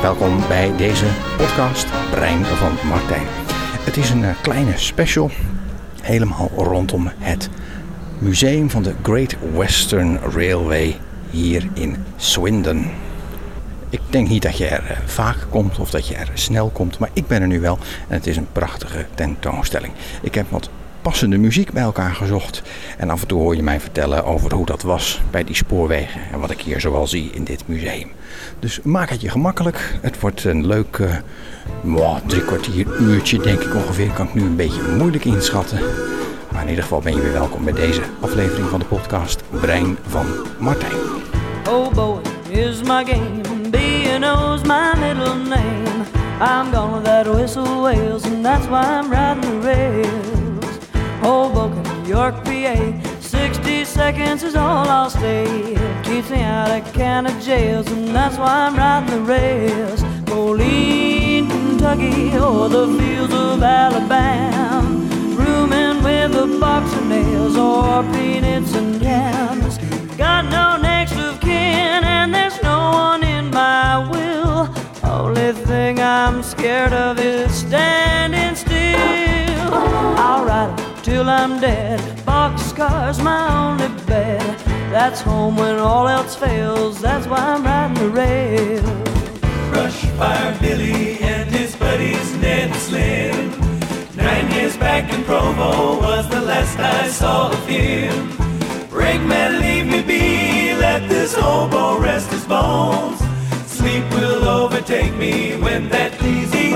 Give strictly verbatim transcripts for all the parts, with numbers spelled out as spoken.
welkom bij deze podcast Brein van Martijn. Het is een uh, kleine special, helemaal rondom het museum van de Great Western Railway hier in Swindon. Ik denk niet dat je er uh, vaak komt of dat je er snel komt, maar ik ben er nu wel en het is een prachtige tentoonstelling. Ik heb wat passende muziek bij elkaar gezocht en af en toe hoor je mij vertellen over hoe dat was bij die spoorwegen en wat ik hier zoal zie in dit museum. Dus maak het je gemakkelijk. Het wordt een leuk uh, wow, drie kwartier uurtje denk ik ongeveer. Kan ik nu een beetje moeilijk inschatten. Maar in ieder geval ben je weer welkom bij deze aflevering van de podcast Brein van Martijn. Oh boy, is my game. B and O's my middle name. I'm gonna that whistle wails and that's why I'm riding the rails. Hoboken, New York, P A. Sixty seconds is all I'll stay. It keeps me out of county jails and that's why I'm riding the rails. Moline, Kentucky, or the fields of Alabama. Rooming with a box of nails or peanuts and yams. Got no next of kin and there's no one in my will. Only thing I'm scared of is standing still. I'll ride till I'm dead. Boxcar's my only bed. That's home when all else fails. That's why I'm riding the rail. Brushfire Billy and his buddies Ned and Slim. Nine years back in Provo was the last I saw of him. Brakeman, leave me be. Let this hobo rest his bones. Sleep will overtake me when that easy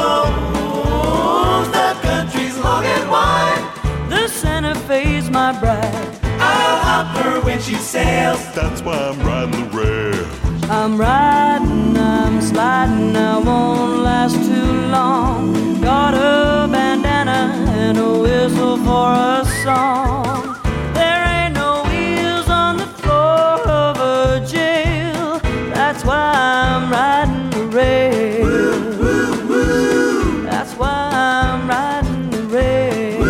moans. The country's long and wide. The Santa Fe's my bride. I'll hop her when she sails. That's why I'm riding the rail. I'm riding, I'm sliding, I won't last too long. Got a bandana and a whistle for a song. There ain't no wheels on the floor of a jail. That's why I'm riding the rail. That's why I'm riding the rail.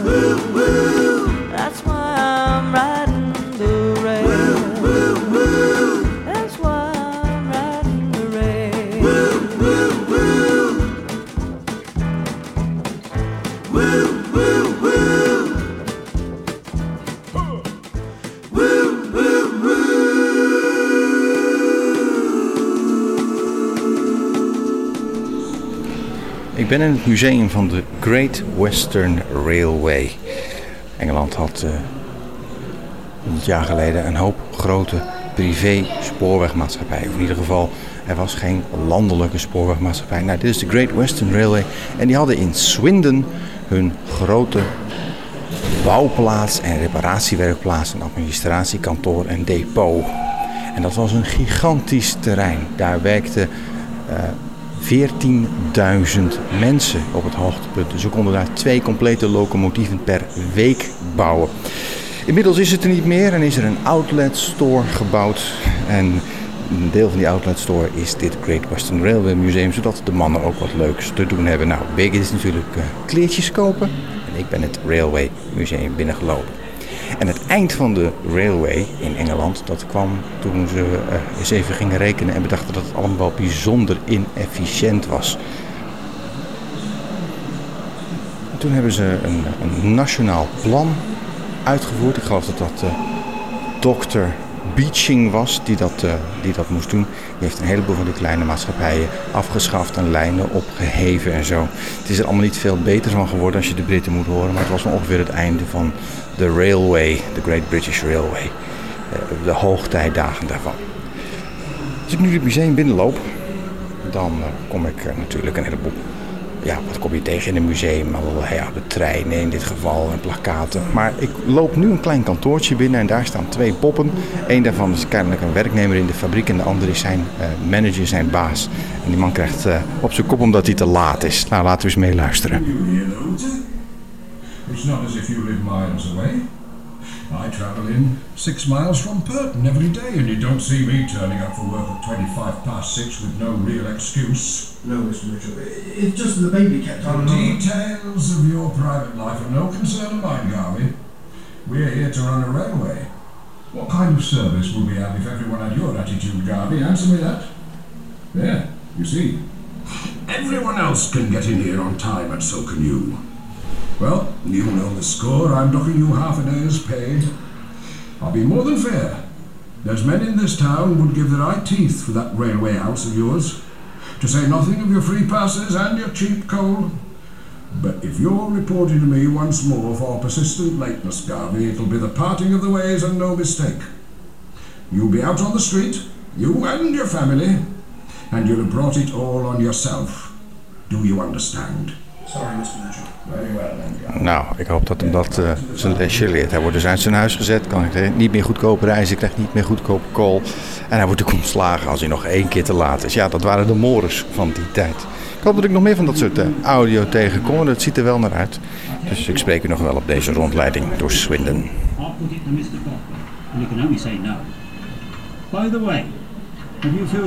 That's why I'm riding the rail. That's why I'm riding the rail. Ik ben in het museum van de Great Western Railway. Engeland had uh, honderd jaar geleden een hoop grote privé spoorwegmaatschappijen. Of in ieder geval, er was geen landelijke spoorwegmaatschappij. Nou, dit is de Great Western Railway. En die hadden in Swindon hun grote bouwplaats en reparatiewerkplaats, een administratiekantoor en depot. En dat was een gigantisch terrein. Daar werkten uh, veertienduizend mensen op het hoogtepunt. Dus ze konden daar twee complete locomotieven per week bouwen. Inmiddels is het er niet meer en is er een outlet store gebouwd. En een deel van die outlet store is dit Great Western Railway Museum, zodat de mannen ook wat leuks te doen hebben. Nou, big is natuurlijk uh, kleertjes kopen. En ik ben het Railway Museum binnengelopen. En het eind van de railway in Engeland, dat kwam toen ze uh, eens even gingen rekenen en bedachten dat het allemaal bijzonder inefficiënt was. En toen hebben ze een, een nationaal plan uitgevoerd. Ik geloof dat dat uh, dokter Beeching was die dat, uh, die dat moest doen. Die heeft een heleboel van die kleine maatschappijen afgeschaft en lijnen opgeheven en zo. Het is er allemaal niet veel beter van geworden als je de Britten moet horen, maar het was ongeveer het einde van de railway, de Great British Railway, uh, de hoogtijdagen daarvan. Als ik nu het museum binnenloop, dan uh, kom ik uh, natuurlijk een heleboel. Ja, wat kom je tegen in een museum? Al, ja, de treinen in dit geval en plakkaten. Maar ik loop nu een klein kantoortje binnen en daar staan twee poppen. Eén daarvan is kennelijk een werknemer in de fabriek en de andere is zijn uh, manager, zijn baas. En die man krijgt uh, op zijn kop omdat hij te laat is. Nou, laten we eens meeluisteren. It's not as if you live miles away. I travel in six miles from Purton every day, and you don't see me turning up for work at twenty-five past six with no real excuse. No, Mister Mitchell. It's just the baby kept on. The details of your private life are no concern of mine, Garvey. We're here to run a railway. What kind of service would we have if everyone had your attitude, Garvey? Answer me that. Yeah, You see, everyone else can get in here on time and so can you. Well, you know the score. I'm docking you half a day's pay. I'll be more than fair. There's men in this town would give their eye teeth for that railway house of yours, to say nothing of your free passes and your cheap coal. But if you're reporting to me once more for persistent lateness, Garvey, it'll be the parting of the ways and no mistake. You'll be out on the street, you and your family, and you'll have brought it all on yourself. Do you understand? Sorry, mister Mitchell. Very well then. Nou, ik hoop dat hem dat uh, zijn lesje leert. Hij wordt dus uit zijn huis gezet, kan ik niet meer goedkoop reizen, krijgt niet meer goedkoop kool. En hij wordt ook ontslagen als hij nog één keer te laat is. Ja, dat waren de mores van die tijd. Ik hoop dat ik nog meer van dat soort uh, audio tegenkom. Dat ziet er wel naar uit. Dus ik spreek u nog wel op deze rondleiding door Swindon. I'll put it to mister Popper, and he can only say no. By the way, have you filled